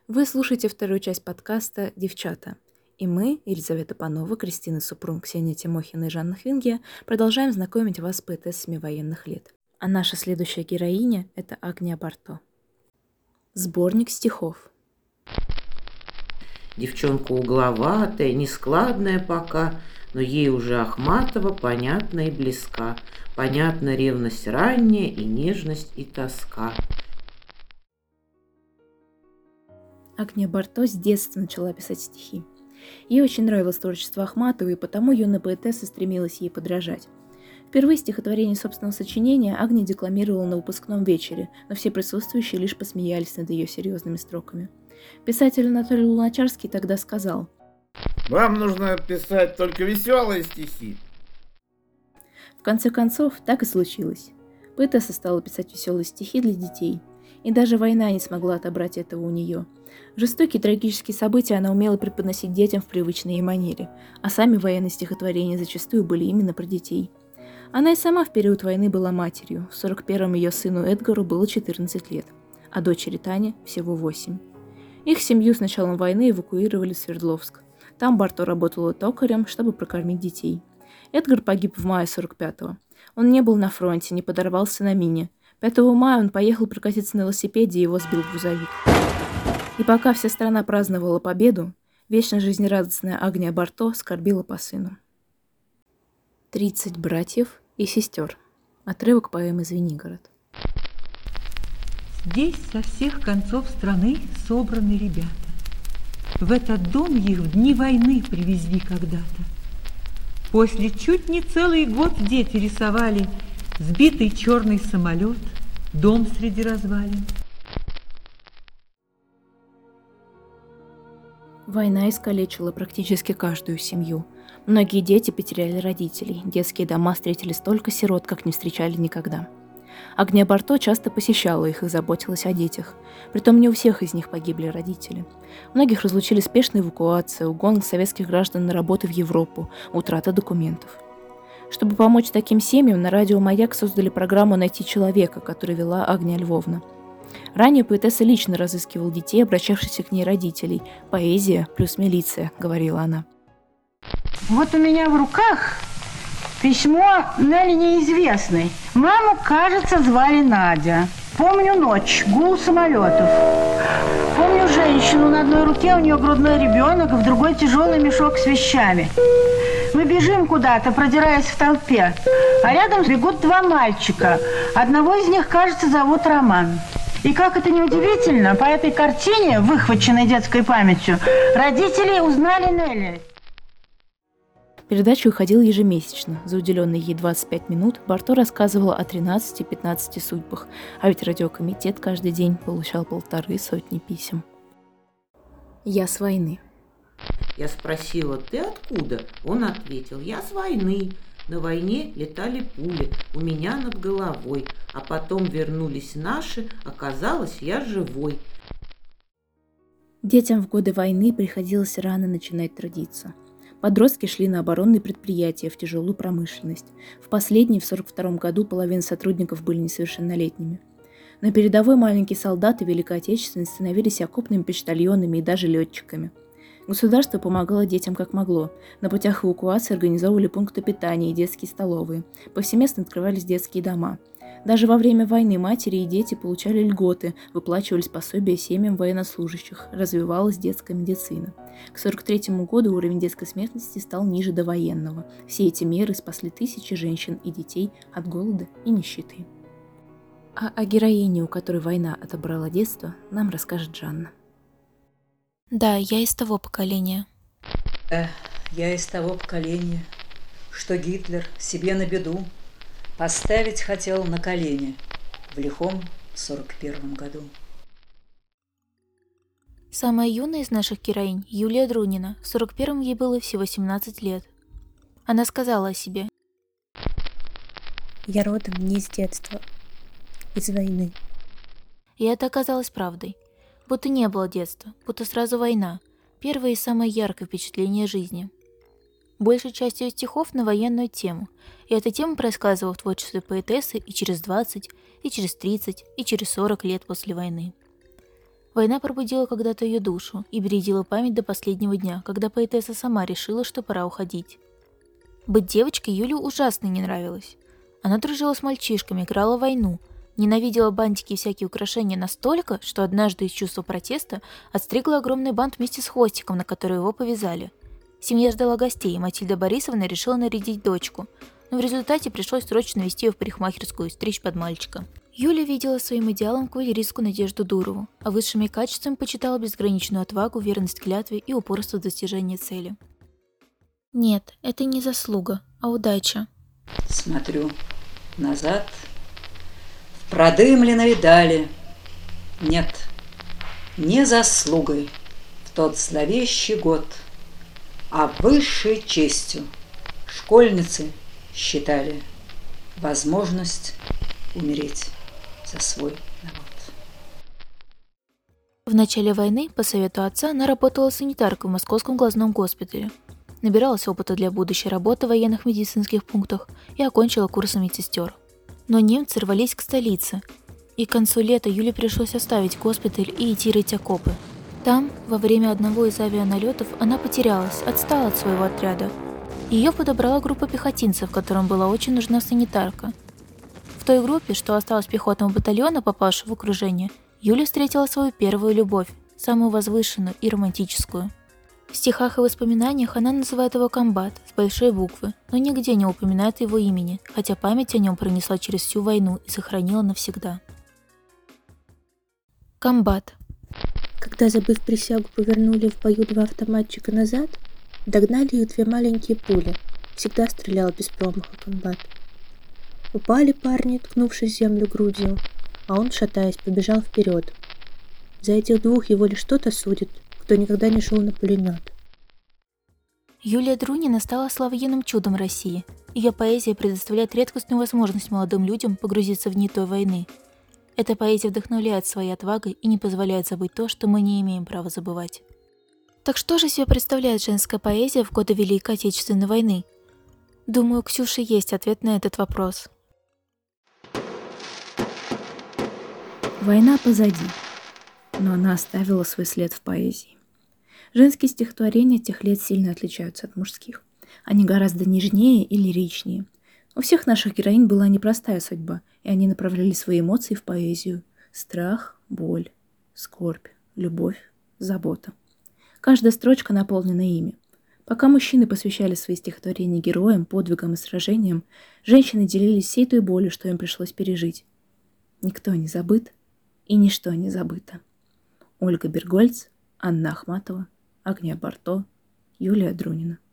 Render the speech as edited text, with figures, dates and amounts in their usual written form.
Вы слушаете вторую часть подкаста «Девчата». И мы, Елизавета Панова, Кристина Супрун, Ксения Тимохина и Жанна Хвинге, продолжаем знакомить вас с поэтессами военных лет. А наша следующая героиня – это Агния Барто. Сборник стихов. Девчонка угловатая, нескладная пока, но ей уже Ахматова понятна и близка. Понятна ревность ранняя и нежность и тоска. Агния Барто с детства начала писать стихи. Ей очень нравилось творчество Ахматовой, и потому юная поэтесса стремилась ей подражать. Впервые стихотворение собственного сочинения Агния декламировала на выпускном вечере, но все присутствующие лишь посмеялись над ее серьезными строками. Писатель Анатолий Луначарский тогда сказал: «Вам нужно писать только веселые стихи». В конце концов, так и случилось. Поэтесса стала писать веселые стихи для детей. И даже война не смогла отобрать этого у нее. Жестокие трагические события она умела преподносить детям в привычной ей манере, а сами военные стихотворения зачастую были именно про детей. Она и сама в период войны была матерью. В 41-м ее сыну Эдгару было 14 лет, а дочери Тане всего 8. Их семью с началом войны эвакуировали в Свердловск. Там Барто работала токарем, чтобы прокормить детей. Эдгар погиб в мае 45-го. Он не был на фронте, не подорвался на мине. 5 мая он поехал прокатиться на велосипеде, и его сбил грузовик. И пока вся страна праздновала победу, вечно жизнерадостная Агния Барто скорбила по сыну. 30 братьев и сестер. Отрывок поэмы «Звенигород». Здесь со всех концов страны собраны ребята. В этот дом их в дни войны привезли когда-то. После чуть не целый год дети рисовали сбитый черный самолет, дом среди развалин. Война искалечила практически каждую семью. Многие дети потеряли родителей, детские дома встретили столько сирот, как не встречали никогда. Агния Барто часто посещала их и заботилась о детях. Притом не у всех из них погибли родители. Многих разлучили спешная эвакуация, угон советских граждан на работу в Европу, утрата документов. Чтобы помочь таким семьям, на радио «Маяк» создали программу «Найти человека», которую вела Агния Львовна. Ранее поэтесса лично разыскивала детей, обращавшихся к ней родителей. «Поэзия плюс милиция», — говорила она. Вот у меня в руках письмо Нелли неизвестной. Маму, кажется, звали Надя. Помню ночь, гул самолетов. Помню женщину, на одной руке у нее грудной ребенок, в другой тяжелый мешок с вещами. Мы бежим куда-то, продираясь в толпе, а рядом бегут 2 мальчика. Одного из них, кажется, зовут Роман. И как это ни удивительно, по этой картине, выхваченной детской памятью, родители узнали Нелли. Передача выходила ежемесячно. За уделенные ей 25 минут Барто рассказывала о 13-15 судьбах, а ведь радиокомитет каждый день получал 150 писем. Я с войны. Я спросила: «Ты откуда?» Он ответил: «Я с войны. На войне летали пули у меня над головой, а потом вернулись наши, оказалось, я живой». Детям в годы войны приходилось рано начинать трудиться. Подростки шли на оборонные предприятия, в тяжелую промышленность. В последней, в 1942 году, половина сотрудников были несовершеннолетними. На передовой маленькие солдаты Великой Отечественной становились окопными почтальонами и даже летчиками. Государство помогало детям как могло. На путях эвакуации организовывали пункты питания и детские столовые. Повсеместно открывались детские дома. Даже во время войны матери и дети получали льготы, выплачивались пособия семьям военнослужащих, развивалась детская медицина. К 1943 году уровень детской смертности стал ниже довоенного. Все эти меры спасли тысячи женщин и детей от голода и нищеты. А о героине, у которой война отобрала детство, нам расскажет Жанна. Да, я из того поколения. Да, я из того поколения, что Гитлер себе на беду поставить хотел на колени в лихом 41 году. Самая юная из наших героинь, Юлия Друнина, в 41-м ей было всего 17 лет. Она сказала о себе: «Я родом не из детства, из войны». И это оказалось правдой. Будто не было детства, будто сразу война. Первое и самое яркое впечатление жизни. Большая часть ее стихов на военную тему, и эта тема происказывала в творчестве поэтессы и через 20, и через 30, и через 40 лет после войны. Война пробудила когда-то ее душу и бередила память до последнего дня, когда поэтесса сама решила, что пора уходить. Быть девочкой Юле ужасно не нравилось. Она дружила с мальчишками, играла в войну, ненавидела бантики и всякие украшения настолько, что однажды из чувства протеста отстригла огромный бант вместе с хвостиком, на который его повязали. Семья ждала гостей, и Матильда Борисовна решила нарядить дочку, но в результате пришлось срочно везти ее в парикмахерскую и стричь под мальчика. Юля видела своим идеалом кавалеристку Надежду Дурову, а высшими качествами почитала безграничную отвагу, верность клятве и упорство в достижении цели. Нет, это не заслуга, а удача. Смотрю назад, в продымленной дали. Нет, не заслугой в тот зловещий год, а высшей честью школьницы считали возможность умереть за свой народ. В начале войны, по совету отца, она работала санитаркой в Московском глазном госпитале. Набиралась опыта для будущей работы в военных медицинских пунктах и окончила курсы медсестер. Но немцы рвались к столице, и к концу лета Юле пришлось оставить госпиталь и идти рыть окопы. Там, во время одного из авианалетов, она потерялась, отстала от своего отряда. Ее подобрала группа пехотинцев, которым была очень нужна санитарка. В той группе, что осталась пехотного батальона, попавшего в окружение, Юля встретила свою первую любовь, самую возвышенную и романтическую. В стихах и воспоминаниях она называет его комбат с большой буквы, но нигде не упоминает его имени, хотя память о нем пронесла через всю войну и сохранила навсегда. Комбат. Когда, забыв присягу, повернули в бою два автоматчика назад, догнали их две маленькие пули. Всегда стрелял без промаха комбат. Упали парни, ткнувшись в землю грудью, а он, шатаясь, побежал вперед. За этих двух его лишь что-то судит, кто никогда не шел на пулемет. Юлия Друнина стала славоенным чудом России. Ее поэзия предоставляет редкостную возможность молодым людям погрузиться в нить той войны. Эта поэзия вдохновляет своей отвагой и не позволяет забыть то, что мы не имеем права забывать. Так что же себе представляет женская поэзия в годы Великой Отечественной войны? Думаю, у Ксюши есть ответ на этот вопрос. Война позади, но она оставила свой след в поэзии. Женские стихотворения тех лет сильно отличаются от мужских. Они гораздо нежнее и лиричнее. У всех наших героинь была непростая судьба, и они направляли свои эмоции в поэзию. Страх, боль, скорбь, любовь, забота. Каждая строчка наполнена ими. Пока мужчины посвящали свои стихотворения героям, подвигам и сражениям, женщины делились всей той болью, что им пришлось пережить. Никто не забыт, и ничто не забыто. Ольга Бергольц, Анна Ахматова, Агния Барто, Юлия Друнина.